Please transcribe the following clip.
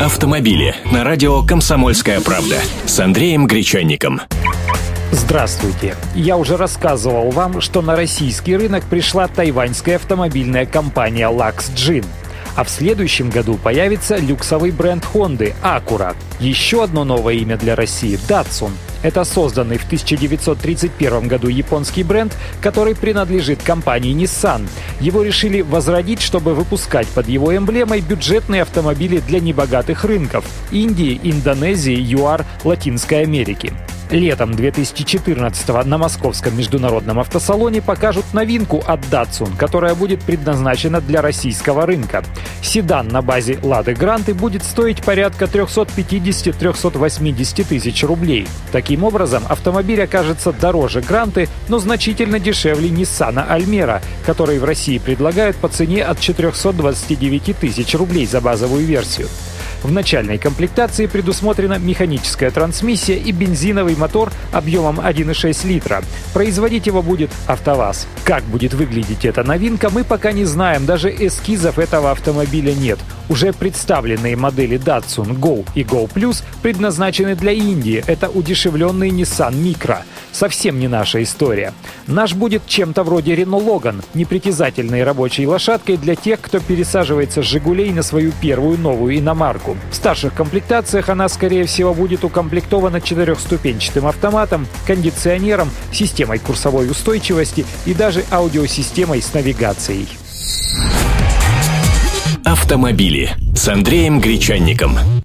Автомобили на радио «Комсомольская правда» с Андреем Гречанником. Здравствуйте! Я уже рассказывал вам, что на российский рынок пришла тайваньская автомобильная компания Luxgen. А в следующем году появится люксовый бренд Honda Acura. Еще одно новое имя для России – Datsun. Это созданный в 1931 году японский бренд, который принадлежит компании Nissan. Его решили возродить, чтобы выпускать под его эмблемой бюджетные автомобили для небогатых рынков – Индии, Индонезии, ЮАР, Латинской Америки. Летом 2014-го на Московском международном автосалоне покажут новинку от Datsun, которая будет предназначена для российского рынка. Седан на базе Lada Granta будет стоить порядка 350-380 тысяч рублей. Таким образом, автомобиль окажется дороже Гранты, но значительно дешевле Nissan Almera, который в России предлагают по цене от 429 тысяч рублей за базовую версию. В начальной комплектации предусмотрена механическая трансмиссия и бензиновый мотор объемом 1,6 литра. Производить его будет АвтоВАЗ. Как будет выглядеть эта новинка, мы пока не знаем, даже эскизов этого автомобиля нет. Уже представленные модели Datsun Go и Go Plus предназначены для Индии. Это удешевленный Nissan Micra. Совсем не наша история. Наш будет чем-то вроде Renault Logan, непритязательной рабочей лошадкой для тех, кто пересаживается с «Жигулей» на свою первую новую иномарку. В старших комплектациях она, скорее всего, будет укомплектована 4-ступенчатым автоматом, кондиционером, системой курсовой устойчивости и даже аудиосистемой с навигацией. Автомобили с Андреем Гречанником.